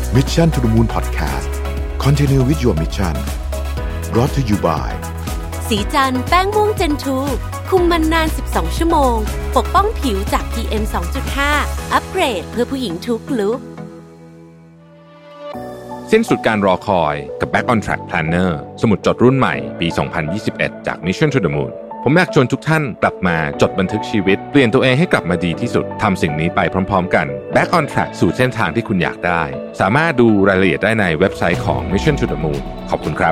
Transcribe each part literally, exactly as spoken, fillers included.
Mission to the Moon Podcast Continue with your mission brought to you by สีจันแป้งม่วงเจนทูคุมมันนานสิบสองชั่วโมงปกป้องผิวจาก พี เอ็ม สองจุดห้า อัปเกรดเพื่อผู้หญิงทุกลุคสิ้นสุดการรอคอยกับ Back on Track Planner สมุดจดรุ่นใหม่ปี สองพันยี่สิบเอ็ด จาก Mission to the Moon ผมอยากชวนทุกท่านกลับมาจดบันทึกชีวิตเปลี่ยนตัวเองให้กลับมาดีที่สุดทำสิ่งนี้ไปพร้อมๆกัน Back on Track สู่เส้นทางที่คุณอยากได้สามารถดูรายละเอียดได้ในเว็บไซต์ของ Mission to the Moon ขอบคุณครับ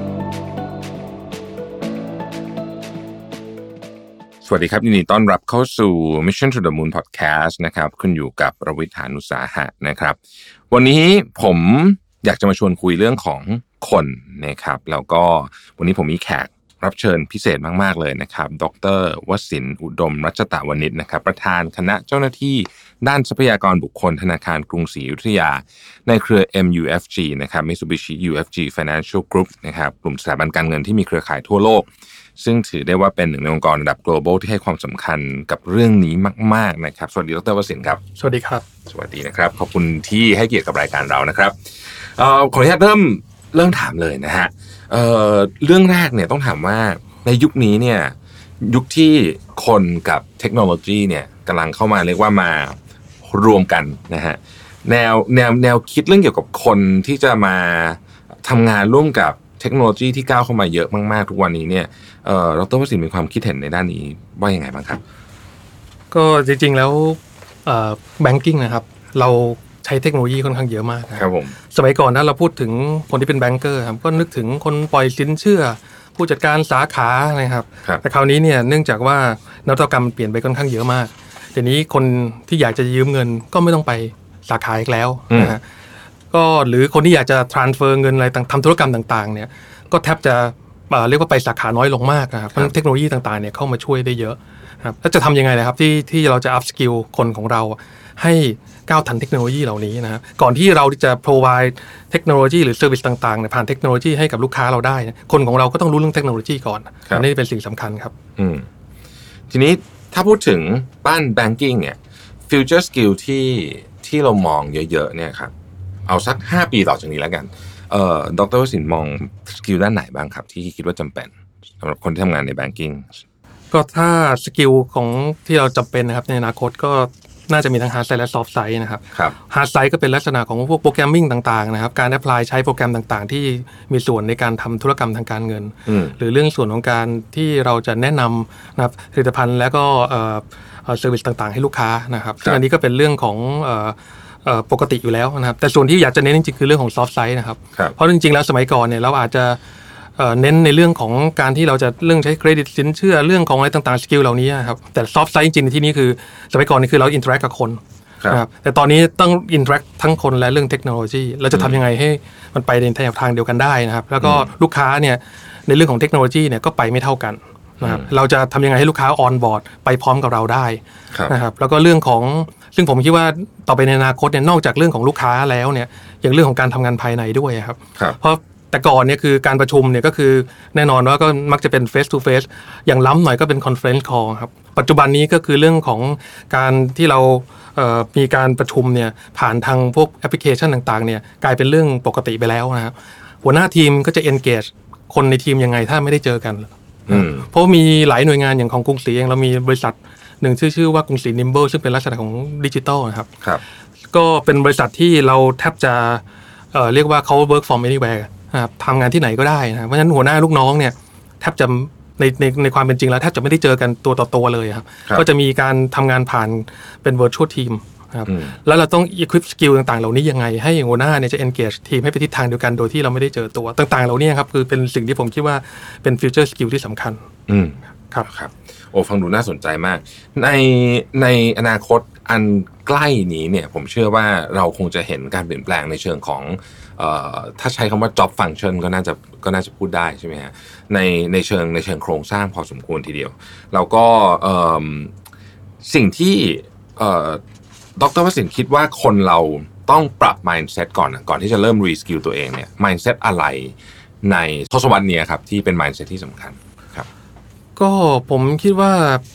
สวัสดีครับยินดีต้อนรับเข้าสู่ Mission to the Moon Podcast นะครับคุณอยู่กับประวิทย์ หาญอุตสาหะนะครับวันนี้ผมอยากจะมาชวนคุยเรื่องของคนนะครับแล้วก็วันนี้ผมมีแขกรับเชิญพิเศษมากๆเลยนะครับดร.วสินทร์อุดมรัชตะวณิชนะครับประธานคณะเจ้าหน้าที่ด้านทรัพยากรบุคคลธนาคารกรุงศรีอยุธยาในเครือ เอ็ม ยู เอฟ จี นะครับ Mitsubishi ยู เอฟ จี Financial Group นะครับกลุ่มสถาบันการเงินที่มีเครือข่ายทั่วโลกซึ่งถือได้ว่าเป็นหนึ่งในองค์กรระดับ global ที่ให้ความสำคัญกับเรื่องนี้มากๆนะครับสวัสดีดร.วสินทร์ครับสวัสดีครับสวัสดีนะครับขอบคุณที่ให้เกียรติกับรายการเรานะครับเอ่อขออนุญาตเริ่มเริ่มถามเลยนะฮะเอ่อเรื่องแรกเนี่ยต้องถามว่าในยุคนี้เนี่ยยุคที่คนกับเทคโนโลยีเนี่ยกำลังเข้ามาเรียกว่ามารวมกันนะฮะแนวแนวแนวคิดเรื่องเกี่ยวกับคนที่จะมาทำงานร่วมกับเทคโนโลยีที่ก้าวเข้ามาเยอะมากๆทุกวันนี้เนี่ยเอ่อดร.วสินทร์มีความคิดเห็นในด้านนี้ว่ายังไงบ้างครับก็จริงๆแล้วเอ่อ banking นะครับเราใช้เทคโนโลยีค่อนข้างเยอะมากครับผมสมัยก่อนถ้าเราพูดถึงคนที่เป็นแบงก์เกอร์ครับก็นึกถึงคนปล่อยสินเชื่อผู้จัดการสาขานะครับแต่คราวนี้เนี่ยเนื่องจากว่านวัตกรรมเปลี่ยนไปค่อนข้างเยอะมากทีนี้คนที่อยากจะยืมเงินก็ไม่ต้องไปสาขาอีกแล้วนะฮะก็หรือคนที่อยากจะ transfer เงินอะไรทำธุรกรรมต่างๆเนี่ยก็แทบจะเรียกว่าไปสาขาน้อยลงมากนะครับเพราะเทคโนโลยีต่างๆเนี่ยเข้ามาช่วยได้เยอะครับแล้วจะทำยังไงนะครับที่ที่เราจะ up skill คนของเราให้ก้าวทันเทคโนโลยีเหล่านี้นะครับก่อนที่เราจะ provide เทคโนโลยีหรือ service ต่างๆเนี่ยผ่านเทคโนโลยีให้กับลูกค้าเราได้คนของเราก็ต้องรู้เรื่องเทคโนโลยีก่อนอันนี้เป็นสิ่งสำคัญครับอืมทีนี้ถ้าพูดถึงบ้าน banking เนี่ย future skill ที่ที่เรามองเยอะๆเนี่ยครับเอาสักห้าปีต่อจากนี้แล้วกันเอ่อดร.วสินทร์มองสกิลด้านไหนบ้างครับที่คิดว่าจำเป็นสำหรับคนที่ทำงานใน banking ก็ถ้าสกิลของที่เราจำเป็นนะครับในอนาคตก็น่าจะมีทั้ง hard side และ soft side นะครับ hard side ก็เป็นลักษณะของพวกโปรแกรมมิ่งต่างๆนะครับการ apply ใช้โปรแกรมต่างๆที่มีส่วนในการทำธุรกรรมทางการเงินหรือเรื่องส่วนของการที่เราจะแนะนำนะครับผลิตภัณฑ์และก็เอ่อเอ่อ service ต่างๆให้ลูกค้านะครับซึ่งอันนี้ก็เป็นเรื่องของเอ่อเอ่อปกติอยู่แล้วนะครับแต่ส่วนที่อยากจะเน้นจริงๆคือเรื่องของ soft side นะครับเพราะจริงๆแล้วสมัยก่อนเนี่ยเราอาจจะเน้นในเรื่องของการที่เราจะเรื่องใช้เครดิตสินเชื่อเรื่องของอะไรต่างๆสกิลเหล่านี้ครับแต่ซอฟต์ไซด์จริงๆในที่นี้คือสมัยก่อนนี่คือเราอินเทอร์แอคกับคนนะครับแต่ตอนนี้ต้องอินเทอร์แอคทั้งคนและเรื่องเทคโนโลยีเราจะทำยังไงให้มันไปในทางเดียวกันได้นะครับแล้วก็ลูกค้าเนี่ยในเรื่องของเทคโนโลยีเนี่ยก็ไปไม่เท่ากันนะครับเราจะทำยังไงให้ลูกค้าออนบอร์ดไปพร้อมกับเราได้นะครับแล้วก็เรื่องของซึ่งผมคิดว่าต่อไปในอนาคตเนี่ยนอกจากเรื่องของลูกค้าแล้วเนี่ยอย่างเรื่องของการทำงานภายในด้วยครับเพราะแต่ก่อนเนี่ยคือการประชุมเนี่ยก็คือแน่นอนว่าก็มักจะเป็น face to face อย่างล้ำหน่อยก็เป็น conference call ครับปัจจุบันนี้ก็คือเรื่องของการที่เราเอ่อมีการประชุมเนี่ยผ่านทางพวกแอปพลิเคชันต่างๆเนี่ยกลายเป็นเรื่องปกติไปแล้วนะครับหัวหน้าทีมก็จะ engage คนในทีมยังไงถ้าไม่ได้เจอกันเพราะมีหลายหน่วยงานอย่างของกรุงศรีเองเรามีบริษัทหนึ่งชื่อชื่อว่ากรุงศรี Nimble ซึ่งเป็นลักษณะของดิจิทัลนะครับก็เป็นบริษัทที่เราแทบจะเอ่อเรียกว่าเขา work from anywhereทำงานที่ไหนก็ได้นะเพราะฉะนั้นหัวหน้าลูกน้องเนี่ยแทบจะในในในความเป็นจริงแล้วแทบจะไม่ได้เจอกันตัวต่อตัวเลยครับก็จะมีการทำงานผ่านเป็น virtual team ครับแล้วเราต้อง equip skill ต่างๆเหล่านี้ยังไงให้หัวหน้าเนี่ยจะ engage ทีมให้ไปทิศทางเดียวกันโดยที่เราไม่ได้เจอตัวต่างๆเหล่านี้ครับคือเป็นสิ่งที่ผมคิดว่าเป็น future skill ที่สำคัญอืมครับครับโอ้ฟังดูน่าสนใจมากในในอนาคตอันใกล้นี้เนี่ยผมเชื่อว่าเราคงจะเห็นการเปลี่ยนแปลงในเชิงของเอ่อถ้าใช้คำว่า job function ก็น่าจะก็น่าจะพูดได้ใช่ไหมฮะในในเชิงในเชิงโครงสร้างพอสมควรทีเดียวเราก็เอ่อสิ่งที่เอ่อดร.วสินทร์คิดว่าคนเราต้องปรับ mindset ก่อนก่อนที่จะเริ่ม reskill ตัวเองเนี่ย mindset อะไรในทศวรรษนี้ครับที่เป็น mindset ที่สำคัญครับก็ผมคิดว่า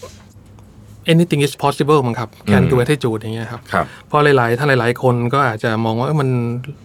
anything is possible มั้งครับ can do attitude อย่างเงี้ยครับเพราะหลายๆท่านหลายๆคนก็อาจจะมองว่ามัน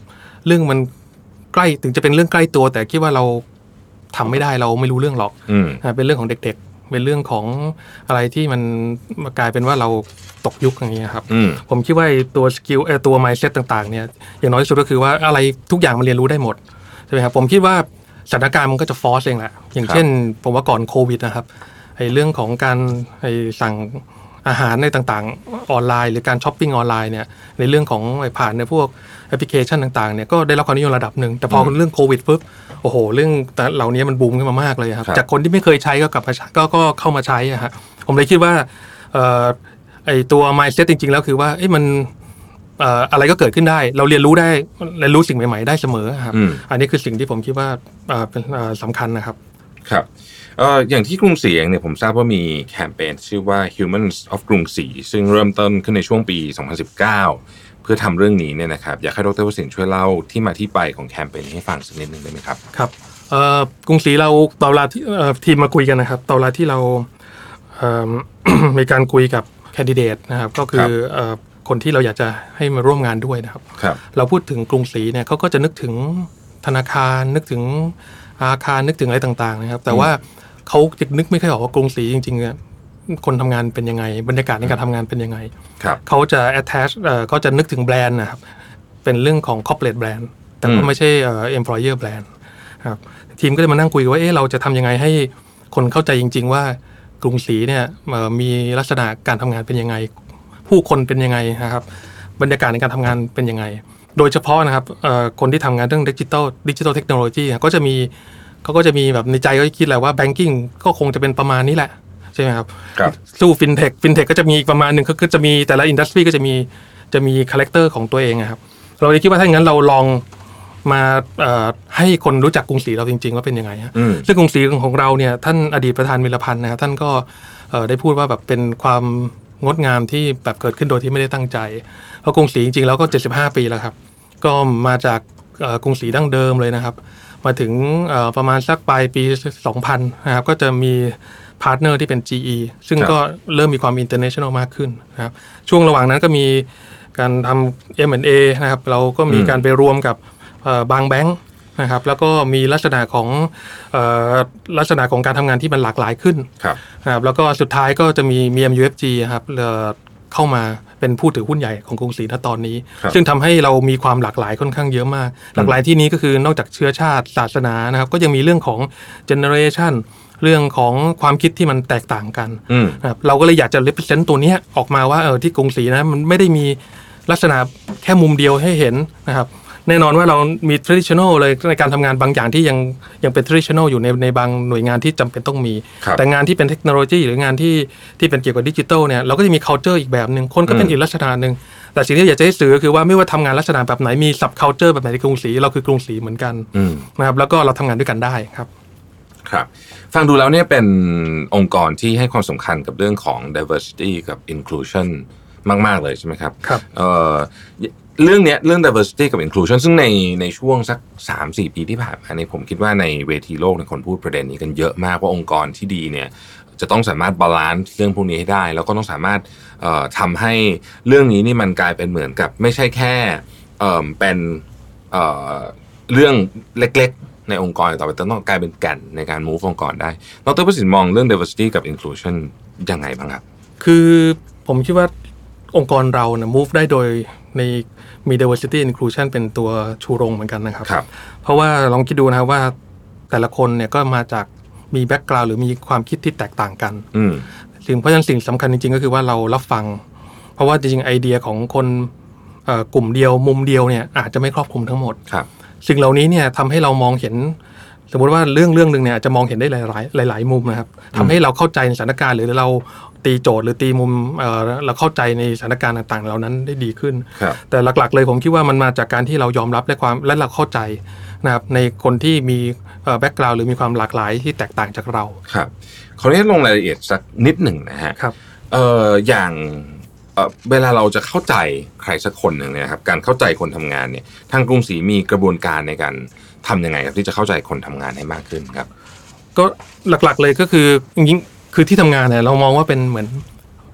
เรื่องมันใกล้ถึงจะเป็นเรื่องใกล้ตัวแต่คิดว่าเราทำไม่ได้เราไม่รู้เรื่องหรอกเป็นเรื่องของเด็กๆเป็นเรื่องของอะไรที่มันกลายเป็นว่าเราตกยุคอย่างเงี้ยครับผมคิดว่าตัวสกิลเออตัว mindset ต่างๆเนี่ยอย่างน้อยที่สุดก็คือว่าอะไรทุกอย่างมันเรียนรู้ได้หมดใช่ไหมครับผมคิดว่าสถานการณ์มันก็จะฟอร์สเองแหละอย่างเช่นผมว่าก่อนโควิดนะครับไอ้เรื่องของการไอ้สั่งอาหารในต่างๆออนไลน์หรือการช้อปปิ้งออนไลน์เนี่ยในเรื่องของผ่านในพวกแอปพลิเคชันต่างๆเนี่ยก็ได้รับความนิยมระดับหนึ่งแต่พอเรื่องโควิดปุ๊บโอ้โหเรื่องเหล่านี้มันบูมขึ้นมามากเลยครับจากคนที่ไม่เคยใช้ก็กลับมาก็ก็เข้ามาใช้อะฮะผมเลยคิดว่าเอ่อไอ้ตัว mindset จริงๆแล้วคือว่าเอ้ยมันเอ่ออะไรก็เกิดขึ้นได้เราเรียนรู้ได้เรียนรู้สิ่งใหม่ๆได้เสมอครับอันนี้คือสิ่งที่ผมคิดว่าเอ่อเป็นเอ่อสำคัญนะครับครับเอ่ออย่างที่กรุงศรีเองเนี่ยผมทราบว่ามีแคมเปญชื่อว่า Humans of กรุงศรีซึ่งเริ่มต้นขึ้นในช่วงปีสองพันสิบเก้าเพื่อทำเรื่องนี้เนี่ยนะครับอยากให้ดร.วสินทร์ช่วยเล่าที่มาที่ไปของแคมเปญนี้ให้ฟังสักนิดนึงได้ไหมครับครับเอ่อกรุงศรีเราตอนเวลาที่เอ่อทีมมาคุยกันนะครับตอนเวลาที่เราเอ่อ มีการคุยกับแคนดิเดตนะครับก็คือเอ่อคนที่เราอยากจะให้มาร่วมงานด้วยนะครับเราพูดถึงกรุงศรีเนี่ยเขาก็จะนึกถึงธนาคารนึกถึงอาคารนึกถึงอะไรต่างๆนะครับแต่ว่าเขาจะนึกไม่ค่อยออกว่ากรุงศรีจริงๆเนี่ยคนทำงานเป็นยังไงบรรยากาศในการทำงานเป็นยังไงเขาจะ attach เอ่อเขาจะนึกถึงแบรนด์นะครับเป็นเรื่องของ corporate brand แต่ก็ไม่ใช่เอ่อ employer brand ครับทีมก็เลยมานั่งคุยกันว่าเอ๊ะเราจะทำยังไงให้คนเข้าใจจริงๆว่ากรุงศรีเนี่ยมีลักษณะการทำงานเป็นยังไงผู้คนเป็นยังไงนะครับบรรยากาศในการทำงานเป็นยังไงโดยเฉพาะนะครับคนที่ทำงานเรื่องดิจิทัลดิจิทัลเทคโนโลยีก็จะมีเขาก็จะมีแบบในใจก็คิดแหละว่าแบงกิ้งก็คงจะเป็นประมาณนี้แหละใช่ไหมครับสู้ฟินเทคฟินเทคก็จะมีประมาณหนึ่งก็จะมีแต่ละอินดัสทรีก็จะมีจะมีคาแรคเตอร์ของตัวเองครับเราเลยคิดว่าถ้าอย่างนั้นเราลองมาให้คนรู้จักกรุงศรีเราจริงๆว่าเป็นยังไงฮะซึ่งกรุงศรีของเราเนี่ยท่านอดีตประธานมิลพันธ์นะครับท่านก็ได้พูดว่าแบบเป็นความงดงามที่แบบเกิดขึ้นโดยที่ไม่ได้ตั้งใจเพราะกรุงศรีจริงๆแล้วก็เจ็ดสิบห้าปีแล้วครับก็มาจากกรุงศรีดั้งเดิมเลยนะครับมาถึงประมาณสักปลายปีสองพันนะครับก็จะมีพาร์ทเนอร์ที่เป็น จี อี ซึ่งก็เริ่มมีความ international มากขึ้นนะครับช่วงระหว่างนั้นก็มีการทำ เอ็ม แอนด์ เอ นะครับเราก็มีการไปรวมกับบางแบงค์นะครับแล้วก็มีลักษณะของลักษณะของการทำงานที่มันหลากหลายขึ้นนะครับแล้วก็สุดท้ายก็จะมีมี เอ็ม ยู เอฟ จี ครับเข้ามาเป็นผู้ถือหุ้นใหญ่ของกรุงศรีณตอนนี้ซึ่งทำให้เรามีความหลากหลายค่อนข้างเยอะมากหลากหลายที่นี้ก็คือนอกจากเชื้อชาติศาสนานะครับก็ยังมีเรื่องของ generation เรื่องของความคิดที่มันแตกต่างกันนะครับเราก็เลยอยากจะ represent ตัวนี้ออกมาว่าเออที่กรุงศรีนะมันไม่ได้มีลักษณะแค่มุมเดียวให้เห็นนะครับแน่นอนว่าเรามี traditional เลยในการทำงานบางอย่างที่ยังยังเป็น traditional อยู่ในในบางหน่วยงานที่จำเป็นต้องมีแต่งานที่เป็นเทคโนโลยีหรืองานที่ที่เป็นเกี่ยวกับดิจิทัลเนี่ยเราก็จะมี culture อีกแบบนึงคนก็เป็นอีกลักษณะนึงแต่สิ่งที่อยากจะให้สื่อก็คือว่าไม่ว่าทำงานลักษณะแบบไหนมี sub culture แบบไหนในกรุงศรีเราคือกรุงศรีเหมือนกันนะครับแล้วก็เราทำงานด้วยกันได้ครับครับฟังดูแล้วเนี่ยเป็นองค์กรที่ให้ความสำคัญกับเรื่องของ diversity กับ inclusion มากๆเลยใช่ไหมครับครับเอ่อเรื่องนี้เรื่อง diversity กับ inclusion ซึ่งในในช่วงสัก สามถึงสี่ ปีที่ผ่านมาเนี่ยผมคิดว่าในเวทีโลกเนี่ยคนพูดประเด็นนี้กันเยอะมากว่าองค์กรที่ดีเนี่ยจะต้องสามารถบาลานซ์เรื่องพวกนี้ให้ได้แล้วก็ต้องสามารถเอ่อทำให้เรื่องนี้นี่มันกลายเป็นเหมือนกับไม่ใช่แค่เอ่อเป็นเอ่อเรื่องเล็กๆในองค์กรต่อไปแต่ต้องกลายเป็นแก่นในการ move องค์กรได้ดร.ประสิทธิ์มองเรื่อง diversity กับ inclusion ยังไงบ้างครับคือผมคิดว่าองค์กรเราเนี่ย move ได้โดยในมี diversity inclusion เป็นตัวชูโรงเหมือนกันนะครับเพราะว่าลองคิดดูนะครับว่าแต่ละคนเนี่ยก็มาจากมีแบ็กกราวด์หรือมีความคิดที่แตกต่างกันสิ่งเพราะฉะนั้นสิ่งสำคัญจริงๆก็คือว่าเรารับฟังเพราะว่าจริงๆไอเดียของคนกลุ่มเดียวมุมเดียวเนี่ยอาจจะไม่ครอบคลุมทั้งหมดสิ่งเหล่านี้เนี่ยทำให้เรามองเห็นสมมติว่าเรื่องเรื่องนึงเนี่ยอาจจะมองเห็นได้หลายๆหลายๆมุมนะครับทำให้เราเข้าใจในสถานการณ์หรือเราตีโจทย์หรือตีมุม เอ่อ เราเข้าใจในสถานการณ์ต่างๆเหล่านั้นได้ดีขึ้นแต่หลักๆเลยผมคิดว่ามันมาจากการที่เรายอมรับและความและเราเข้าใจนะครับในคนที่มีแบ็คกราวด์หรือมีความหลากหลายที่แตกต่างจากเราครับขออนุญาตลงรายละเอียดสักนิดหนึ่งนะฮะครับเอ่ออย่างเอ่อเวลาเราจะเข้าใจใครสักคนหนึ่งเนี่ยครับการเข้าใจคนทำงานเนี่ยทางกรุงศรีมีกระบวนการในการทำยังไงครับที่จะเข้าใจคนทำงานให้มากขึ้นครับก็หลักๆเลยก็คือจริงๆคือที่ทำงานเนี่ยเรามองว่าเป็นเหมือน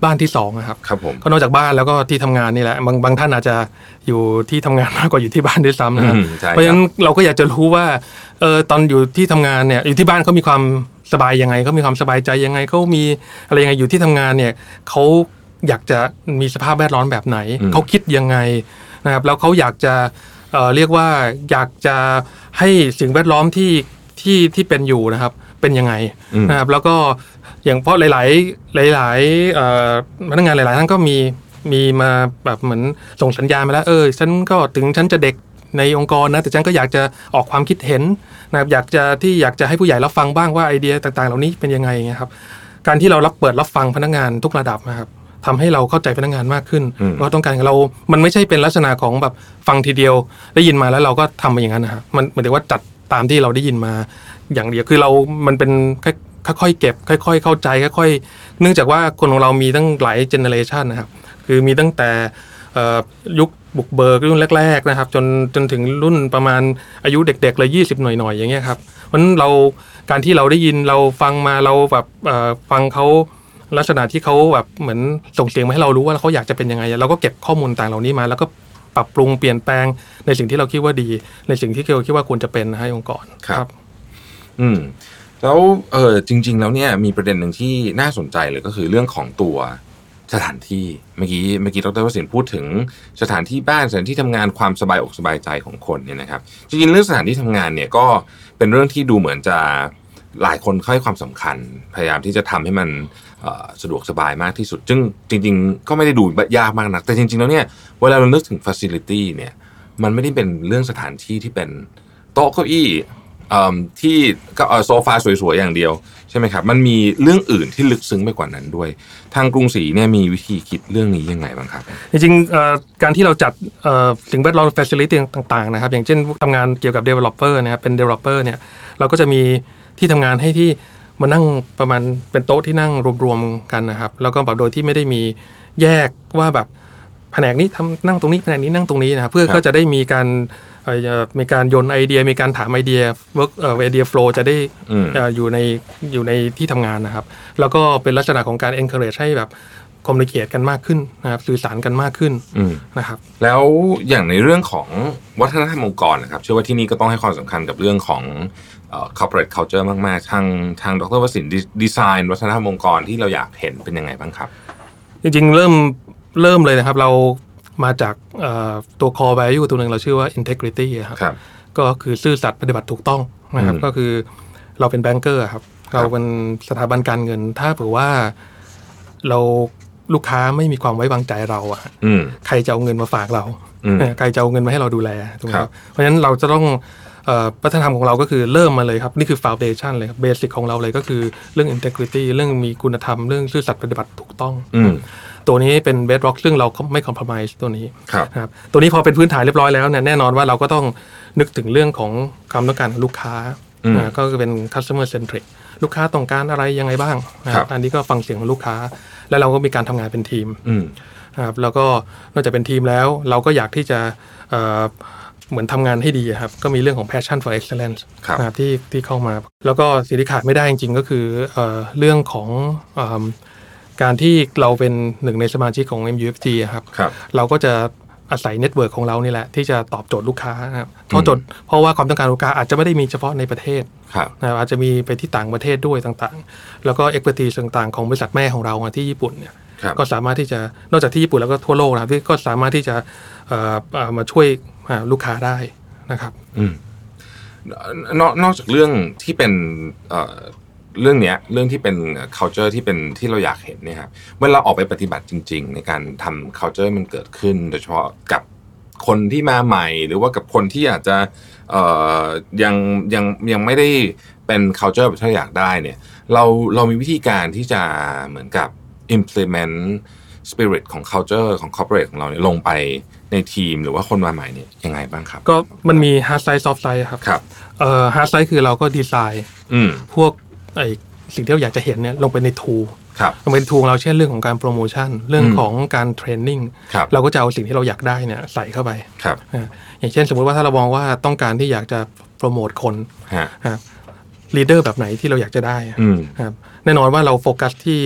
บ้านที่สองครับครับผมก็นอกจากบ้านแล้วก็ที่ทำงานนี่แหละบางบางท่านอาจจะอยู่ที่ทำงานมากกว่าอยู่ที่บ้านด้วยซ้ำนะครับเพราะฉะนั้นเราก็อยากจะรู้ว่าเออตอนอยู่ที่ทำงานเนี่ยอยู่ที่บ้านเขามีความสบายยังไงเขามีความสบายใจยังไงเขามีอะไรยังไงอยู่ที่ทำงานเนี่ยเขาอยากจะมีสภาพแวดล้อมแบบไหนเขาคิดยังไงนะครับแล้วเขาอยากจะเอ่อเรียกว่าอยากจะให้สิ่งแวดล้อมที่ที่ที่เป็นอยู่นะครับเป็นยังไงนะครับแล้วก็อย่างเพราะหลายๆหลายๆเอ่อพนักงานหลายๆท่านก็มีมีมาแบบเหมือนส่งสัญญาณมาแล้วเออฉันก็ถึงฉันจะเด็กในองค์กรนะแต่ฉันก็อยากจะออกความคิดเห็นนะครับอยากจะที่อยากจะให้ผู้ใหญ่รับฟังบ้างว่าไอเดียต่างๆเหล่านี้เป็นยังไงเงี้ยครับการที่เรารับเปิดรับฟังพนักงานทุกระดับนะครับทำให้เราเข้าใจพนักงานมากขึ้นว่าต้องการเรามันไม่ใช่เป็นลักษณะของแบบฟังทีเดียวได้ยินมาแล้วเราก็ทำไปอย่างนั้นนะครับมันหมายถึงว่าจัดตามที่เราได้ยินมาอย่างเดียวคือเรามันเป็นค่อยๆเก็บค่อยๆเข้าใจค่อยๆเนื่องจากว่าคนของเรามีตั้งหลายเจเนอเรชันนะครับคือมีตั้งแต่ยุคบุกเบิกรุ่นแรกๆนะครับจนจนถึงรุ่นประมาณอายุเด็กๆเลยยี่สิบหน่อยๆอย่างเงี้ยครับเพราะฉะนั้นเราการที่เราได้ยินเราฟังมาเราแบบฟังเขาลักษณะที่เขาแบบเหมือนส่งเสียงมาให้เรารู้ว่าเขาอยากจะเป็นยังไงเราก็เก็บข้อมูลต่างเหล่านี้มาแล้วก็ปรับปรุงเปลี่ยนแปลงในสิ่งที่เราคิดว่าดีในสิ่งที่เราคิดว่าควรจะเป็นให้องค์กรครับอืมแล้วเออจริงๆแล้วเนี่ยมีประเด็นหนึ่งที่น่าสนใจเลยก็คือเรื่องของตัวสถานที่เมื่อกี้เมื่อกี้ดร.วสินทร์พูดถึงสถานที่บ้านสถานที่ทำงานความสบายอกสบายใจของคนเนี่ยนะครับจริงๆเรื่องสถานที่ทำงานเนี่ยก็เป็นเรื่องที่ดูเหมือนจะหลายคนให้ความสำคัญพยายามที่จะทำให้มันสะดวกสบายมากที่สุดซึ่งจริงๆก็ไม่ได้ดูยากมากนักแต่จริงๆแล้วเนี่ยเวลาเรานึกถึง facility เนี่ยมันไม่ได้เป็นเรื่องสถานที่ที่เป็นโต๊ะเก้าอี้ที่ก็โซฟาสวยๆอย่างเดียวใช่ไหมครับมันมีเรื่องอื่นที่ลึกซึ้งไปกว่านั้นด้วยทางกรุงศรีเนี่ยมีวิธีคิดเรื่องนี้ยังไงบ้างครับจริงๆการที่เราจัดสิ่งแวดล้อม facility ต่างๆนะครับอย่างเช่นทำงานเกี่ยวกับ developer นะครับเป็น developer เนี่ยเราก็จะมีที่ทำงานให้ที่มานั่งประมาณเป็นโต๊ะที่นั่งรวมๆกันนะครับแล้วก็แบบโดยที่ไม่ได้มีแยกว่าแบบแผนกนี้ทำนั่งตรงนี้แผนกนี้นั่งตรงนี้นะครับเพื่อก็จะได้มีการมีการโยนไอเดียมีการถามไอเดีย work เอ่อไอเดีย flow จะได้อยู่ในอยู่ในที่ทำงานนะครับแล้วก็เป็นลักษณะของการ encourage ให้แบบcommunicate กันมากขึ้นนะครับสื่อสารกันมากขึ้นนะครับแล้วอย่างในเรื่องของวัฒนธรรมองค์กรนะครับเชื่อว่าที่นี่ก็ต้องให้ความสำคัญกับเรื่องของเอ่อ corporate culture มากๆทางทางดร.วสินทร์ดีไซน์วัฒนธรรมองค์กรที่เราอยากเห็นเป็นยังไงบ้างครับจริงๆเริ่มเริ่มเลยนะครับเรามาจากตัว core value ตัวหนึ่งเราชื่อว่า integrity ครับก็คือซื่อสัตย์ปฏิบัติถูกต้องนะครับก็คือเราเป็นแบงก์เกอร์ครับเราเป็นสถาบันการเงินถ้าเผื่อว่าเราลูกค้าไม่มีความไว้วางใจเราอ่ะใครจะเอาเงินมาฝากเราใครจะเอาเงินมาให้เราดูแลถูกไหมครับเพราะฉะนั้นเราจะต้องวัฒนธรรมของเราก็คือเริ่มมาเลยครับนี่คือ foundation เลยครับเบสิกของเราเลยก็คือเรื่อง integrity เรื่องมีคุณธรรมเรื่องซื่อสัตย์ปฏิบัติถูกต้องตัวนี้เป็น bedrock ซึ่งเราไม่ compromise ตัวนี้ครับตัวนี้พอเป็นพื้นฐานเรียบร้อยแล้วเนี่ยแน่นอนว่าเราก็ต้องนึกถึงเรื่องของความต้องการของลูกค้าก็คือเป็น customer centric ลูกค้าต้องการอะไรยังไงบ้างนะครับอันนี้ก็ฟังเสียงของลูกค้าแล้วเราก็มีการทำงานเป็นทีมครับแล้วก็นอกจากเป็นทีมแล้วเราก็อยากที่จะเหมือนทำงานให้ดีครับก็มีเรื่องของ passion for excellence นะครับที่ที่เข้ามาแล้วก็สิ่งที่ขาดไม่ได้จริงๆก็คือเอ่อเรื่องของเอ่อการที่เราเป็นหนึ่งในสมาชิกของ เอ็ม ยู เอฟ จี ครับเราก็จะอาศัยเน็ตเวิร์กของเรานี่แหละที่จะตอบโจทย์ลูกค้านะครับเพราะโจทย์เพราะว่าความต้องการลูกค้าอาจจะไม่ได้มีเฉพาะในประเทศนะครับอาจจะมีไปที่ต่างประเทศด้วยต่างๆแล้วก็ expertise ต่างๆของบริษัทแม่ของเราที่ญี่ปุ่นเนี่ยก็สามารถที่จะนอกจากที่ญี่ปุ่นแล้วก็ทั่วโลกนะครับที่ก็สามารถที่จะมาช่วยลูกค้าได้นะครับนอกนอกจากเรื่องที่เป็นเรื่องเนี้ยเรื่องที่เป็น culture ที่เป็นที่เราอยากเห็นเนี่ยครับเมื่อเราออกไปปฏิบัติจริงๆในการทำ culture มันเกิดขึ้นโดยเฉพาะกับคนที่มาใหม่หรือว่ากับคนที่อาจจะเอ่อยังยังยังไม่ได้เป็น culture แบบที่เราอยากได้เนี่ยเราเรามีวิธีการที่จะเหมือนกับ implement spirit ของ culture ของ corporate ของเราเนี่ยลงไปในทีมหรือว่าคนมาใหม่เนี่ยยังไงบ้างครับก็มันมี hard side soft side ครับครับเอ่อ hard side คือเราก็ดีไซน์พวกไอ้สิ่งที่เราอยากจะเห็นเนี่ยลงไปใน tool ลงไปใน tool เราเช่นเรื่องของการโปรโมชั่นเรื่องของการเทรนนิ่งเราก็จะเอาสิ่งที่เราอยากได้เนี่ยใส่เข้าไปอย่างเช่นสมมติว่าถ้าเรามองว่าต้องการที่อยากจะโปรโมทคนลีดเดอร์แบบไหนที่เราอยากจะได้ครับแน่นอนว่าเราโฟกัสที่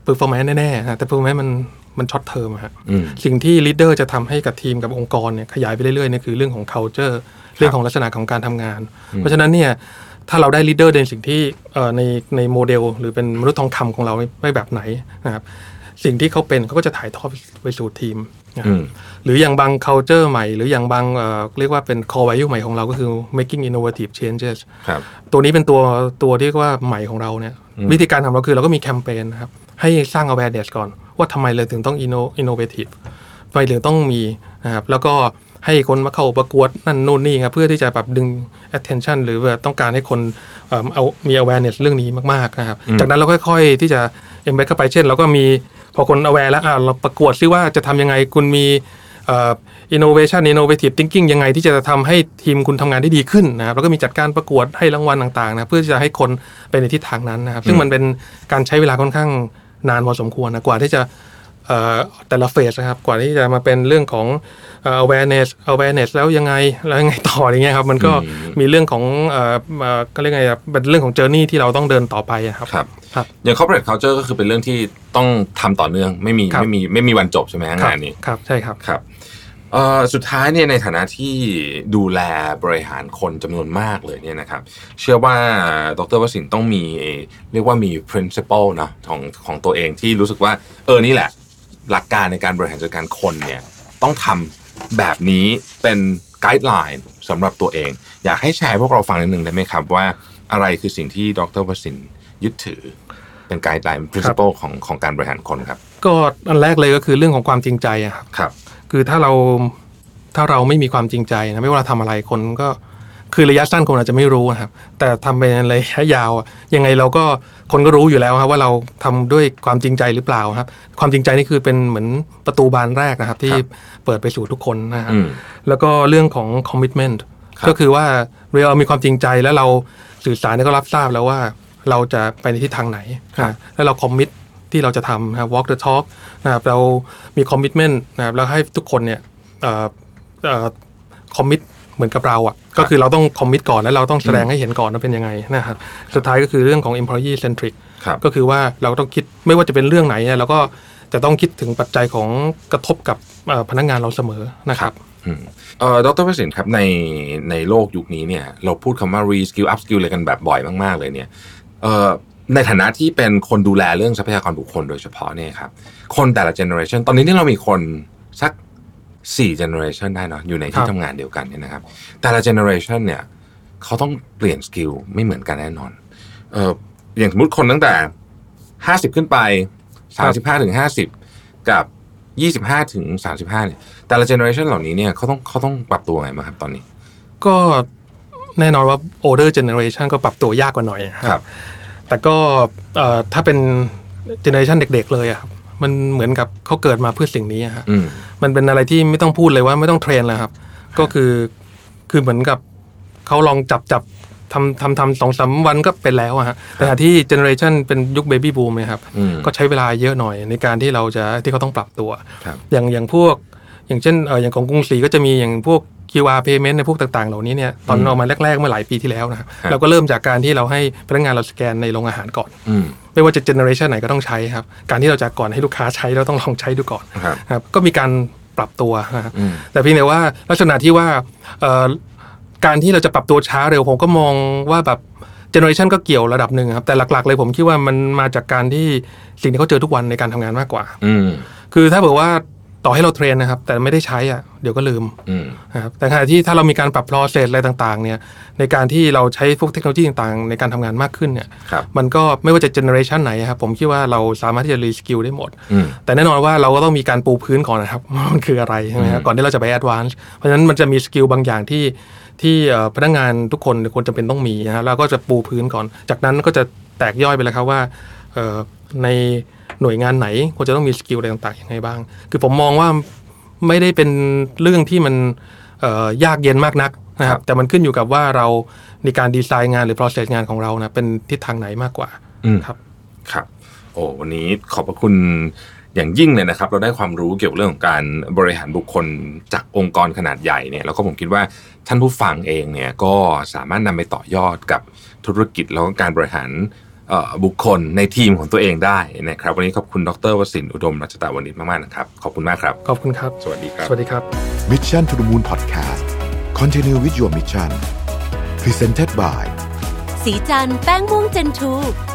performance แน่ๆแต่ performance มันมันช็อตเทอมฮะสิ่งที่ leader จะทำให้กับทีมกับองค์กรเนี่ยขยายไปเรื่อยๆเนี่ยคือเรื่องของ culture เรื่องของลักษณะของการทำงานเพราะฉะนั้นเนี่ยถ้าเราได้ leader ในสิ่งที่ในในโมเดลหรือเป็นมนุษย์ทองคำของเราไม่แบบไหนนะครับสิ่งที่เขาเป็นเขาก็จะถ่ายทอดไปสู่ทีมหรืออย่างบาง culture ใหม่หรืออย่างบางเอ่อเรียกว่าเป็น core value ใหม่ของเราก็คือ making innovative changes ตัวนี้เป็นตัวตัวที่เรียกว่าใหม่ของเราเนี่ยวิธีการทำเราคือเราก็มีแคมเปญนะครับให้สร้าง awareness ก่อนว่าทำไมเลยถึงต้อง innovative ทำไมถึงต้องมีนะครับแล้วก็ให้คนมาเข้าประกวดนั่นนู่นนี่ครับเพื่อที่จะแบบดึง attention หรือว่าต้องการให้คนเอ่อเอามี awareness เรื่องนี้มากๆนะครับจากนั้นเราค่อยๆที่จะ embed เข้าไปเช่นเราก็มีพอคน aware แล้วอ่ะเราประกวดซิว่าจะทำยังไงคุณมีเอ่อ innovation innovative thinking ยังไงที่จะทำให้ทีมคุณทำงานได้ดีขึ้นนะครับแล้วก็มีจัดการประกวดให้รางวัลต่างๆนะเพื่อที่จะให้คนไปในทิศทางนั้นนะครับซึ่งมันเป็นการใช้เวลาค่อนข้างนานพอสมควรนะกว่าที่จะเอ่อแต่ละเฟสนะครับกว่าที่จะมาเป็นเรื่องของเอ่อ awareness awareness แล้วยังไงแล้วยังไงต่ออย่างเงี้ยครับมันก็มีเรื่องของเอ่อเอ่อก็เรียกไงเป็นเรื่องของ journey ที่เราต้องเดินต่อไปครับครับครับอย่าง corporate culture ก็คือเป็นเรื่องที่ต้องทำต่อเนื่องไม่มีไม่มีไม่มีวันจบใช่ไหมงานนี้ครับใช่ครับครับเอ่อสุดท้ายเนี่ยในฐานะที่ดูแลบริหารคนจำนวนมากเลยเนี่ยนะครับเชื่อว่าดร.วสินทร์ต้องมีเรียกว่ามี principle เนาะของของตัวเองที่รู้สึกว่าเออนี่แหละหลักการในการบริหารจัดการคนเนี่ยต้องทำแบบนี้เป็นไกด์ไลน์สำหรับตัวเองอยากให้แชร์พวกเราฟังนิดนึงได้ไหมครับว่าอะไรคือสิ่งที่ดร.วสินทร์ยึดถือเป็นไกด์ไลน์ principle ของของการบริหารคนครับก็อันแรกเลยก็คือเรื่องของความจริงใจอะครับครับคือถ้าเราถ้าเราไม่มีความจริงใจนะไม่ว่าเราทำอะไรคนก็คือระยะสั้นคนอาจจะไม่รู้นะครับแต่ทำเป็นระยะยาวยังไงเราก็คนก็รู้อยู่แล้วครับว่าเราทำด้วยความจริงใจหรือเปล่าครับความจริงใจนี่คือเป็นเหมือนประตูบานแรกนะครับที่เปิดไปสู่ทุกคนนะครับแล้วก็เรื่องของ commitment ก็คือว่าเรามีความจริงใจแล้วเราสื่อสารให้เขารับทราบแล้วว่าเราจะไปในทิศทางไหนแล้วเรา commit ที่เราจะทำนะครับ walk the talk นะครับเรามี commitment นะครับแล้วให้ทุกคนเนี่ยเอ่อเอ่อ commit เหมือนกับเราอ่ะก็คือเราต้อง commit ก่อนแล้วเราต้องแสดงให้เห็นก่อนว่าเป็นยังไงนะครับสุดท้ายก็คือเรื่องของ employee centric ก็คือว่าเราต้องคิดไม่ว่าจะเป็นเรื่องไหนเนี่ยเราก็จะต้องคิดถึงปัจจัยของกระทบกับพนักงานเราเสมอนะครับเอ่อดร.วสินทร์ครับในในโลกยุคนี้เนี่ยเราพูดคำว่า re skill up skill อะไรกันแบบบ่อยมากๆเลยเนี่ยเอ่อในฐานะที่เป็นคนดูแลเรื่องทรัพยากรบุคคลโดยเฉพาะเนี่ยครับคนแต่ละ generation ตอนนี้ที่เรามีคนสักสี่ generation ได้เนาะอยู่ในที่ทำงานเดียวกันเนี่ยนะครับแต่ละ generation เนี่ยเขาต้องเปลี่ยนสกิลไม่เหมือนกันแน่นอนเอ่ออย่างสมมุติคนตั้งแต่ห้าสิบขึ้นไปสามสิบห้าถึงห้าสิบกับยี่สิบห้าถึงสามสิบห้าเนี่ยแต่ละ generation เหล่านี้เนี่ยเขาต้องเขาต้องปรับตัวไงบ้างครับตอนนี้ก็แน่นอนว่า older generation ก็ปรับตัวยากกว่าหน่อยครับแต่ก็ถ้าเป็นเจเนอเรชันเด็กๆเลยอะครับมันเหมือนกับเขาเกิดมาเพื่อสิ่งนี้ครับมันเป็นอะไรที่ไม่ต้องพูดเลยว่าไม่ต้องเทรนแล้วครับก็คือคือเหมือนกับเขาลองจับจับทำทำทำสองสามวันก็เป็นแล้วอะฮะแต่ที่เจเนอเรชันเป็นยุคเบบี้บูมนะครับก็ใช้เวลาเยอะหน่อยในการที่เราจะที่เขาต้องปรับตัวอย่างอย่างพวกอย่างเช่นเอออย่างของกรุงศรีก็จะมีอย่างพวก คิว อาร์ payment ในพวกต่างๆเหล่านี้เนี่ยตอนออกมาแรกๆเมื่อหลายปีที่แล้วนะครับเราก็เริ่มจากการที่เราให้พนักงานเราสแกนในโรงอาหารก่อนไม่ว่าจะเจเนอเรชันไหนก็ต้องใช้ครับการที่เราจะก่อนให้ลูกค้าใช้เราต้องลองใช้ดูก่อนครับก็มีการปรับตัวนะครับแต่เพียงแต่ว่าลักษณะที่ว่าการที่เราจะปรับตัวช้าเร็วผมก็มองว่าแบบเจเนอเรชันก็เกี่ยวระดับหนึ่งครับแต่หลักๆเลยผมคิดว่ามันมาจากการที่สิ่งที่เขาเจอทุกวันในการทำงานมากกว่าคือถ้าบอกว่าต่อให้เราเทรนนะครับแต่ไม่ได้ใช้อ่ะเดี๋ยวก็ลืมนะครับแต่ขณะที่ถ้าเรามีการปรับ process อะไรต่างๆเนี่ยในการที่เราใช้พวกเทคโนโลยีต่างๆในการทำงานมากขึ้นเนี่ยมันก็ไม่ว่าจะเจเนอเรชันไหนครับผมคิดว่าเราสามารถที่จะรีสกิลได้หมดแต่แน่นอนว่าเราก็ต้องมีการปูพื้นก่อนนะครับมันคืออะไรใช่ไหมครับก่อนที่เราจะไปแอดวานซ์เพราะฉะนั้นมันจะมีสกิลบางอย่างที่ที่พนักงานทุกคนควรจะเป็นต้องมีนะแล้วก็จะปูพื้นก่อนจากนั้นก็จะแตกย่อยไปแล้วครับว่าในหน่วยงานไหนควรจะต้องมีสกิลอะไรต่างๆยังไงบ้างคือผมมองว่าไม่ได้เป็นเรื่องที่มันยากเย็นมากนักนะครับแต่มันขึ้นอยู่กับว่าเราในการดีไซน์งานหรือ process งานของเรานะเป็นทิศทางไหนมากกว่าครับครับโอ้วันนี้ขอบพระคุณอย่างยิ่งเลยนะครับเราได้ความรู้เกี่ยวกับเรื่องของการบริหารบุคคลจากองค์กรขนาดใหญ่เนี่ยแล้วก็ผมคิดว่าท่านผู้ฟังเองเนี่ยก็สามารถนำไปต่อยอดกับธุรกิจแล้วก็การบริหารบุคคลในทีมของตัวเองได้นะครับวันนี้ขอบคุณดร.วสินทร์อุดมรัชตาวณิชมากๆนะครับขอบคุณมากครับขอบคุณครับสวัสดีครับสวัสดีครับ Mission to the Moon Podcast Continue with your mission Presented by สีจันทร์แป้งม่วงเจนทู